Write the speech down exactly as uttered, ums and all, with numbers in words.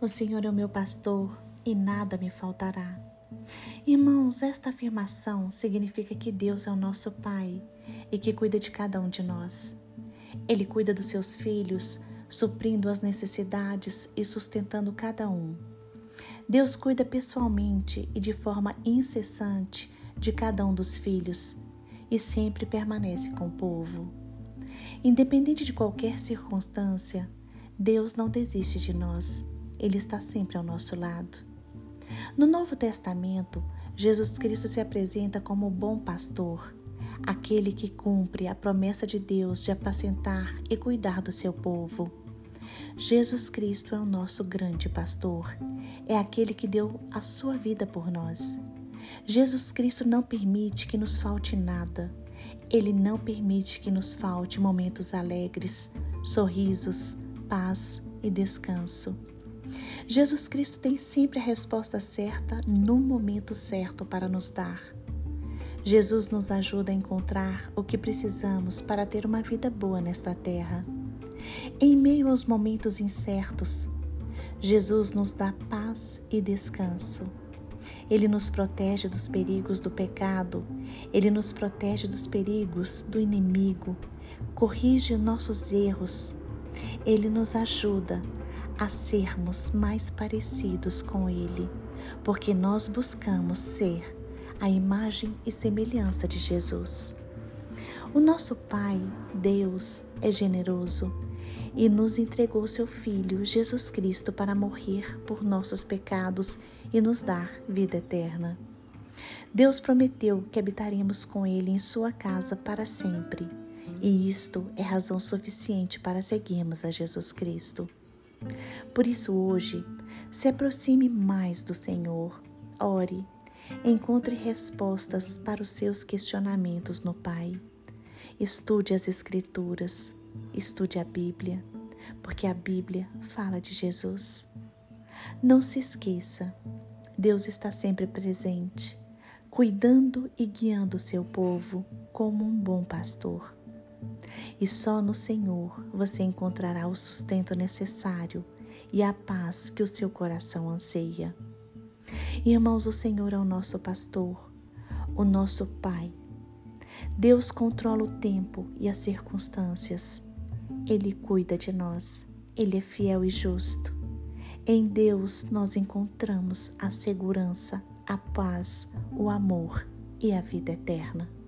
O Senhor é o meu pastor e nada me faltará. Irmãos, esta afirmação significa que Deus é o nosso Pai e que cuida de cada um de nós. Ele cuida dos seus filhos, suprindo as necessidades e sustentando cada um. Deus cuida pessoalmente e de forma incessante de cada um dos filhos e sempre permanece com o povo. Independente de qualquer circunstância, Deus não desiste de nós. Ele está sempre ao nosso lado. No Novo Testamento, Jesus Cristo se apresenta como o bom pastor, aquele que cumpre a promessa de Deus de apacentar e cuidar do seu povo. Jesus Cristo é o nosso grande pastor, é aquele que deu a sua vida por nós. Jesus Cristo não permite que nos falte nada. Ele não permite que nos falte momentos alegres, sorrisos, paz e descanso. Jesus Cristo tem sempre a resposta certa no momento certo para nos dar. Jesus nos ajuda a encontrar o que precisamos para ter uma vida boa nesta terra. Em meio aos momentos incertos, Jesus nos dá paz e descanso. Ele nos protege dos perigos do pecado, Ele nos protege dos perigos do inimigo, corrige nossos erros, Ele nos ajuda a sermos mais parecidos com Ele, porque nós buscamos ser a imagem e semelhança de Jesus. O nosso Pai, Deus, é generoso e nos entregou seu Filho, Jesus Cristo, para morrer por nossos pecados e nos dar vida eterna. Deus prometeu que habitaríamos com Ele em sua casa para sempre, e isto é razão suficiente para seguirmos a Jesus Cristo. Por isso hoje, se aproxime mais do Senhor, ore, encontre respostas para os seus questionamentos no Pai. Estude as Escrituras, estude a Bíblia, porque a Bíblia fala de Jesus. Não se esqueça, Deus está sempre presente, cuidando e guiando o seu povo como um bom pastor. E só no Senhor você encontrará o sustento necessário e a paz que o seu coração anseia. Irmãos, o Senhor é o nosso pastor, o nosso Pai. Deus controla o tempo e as circunstâncias. Ele cuida de nós. Ele é fiel e justo. Em Deus nós encontramos a segurança, a paz, o amor e a vida eterna.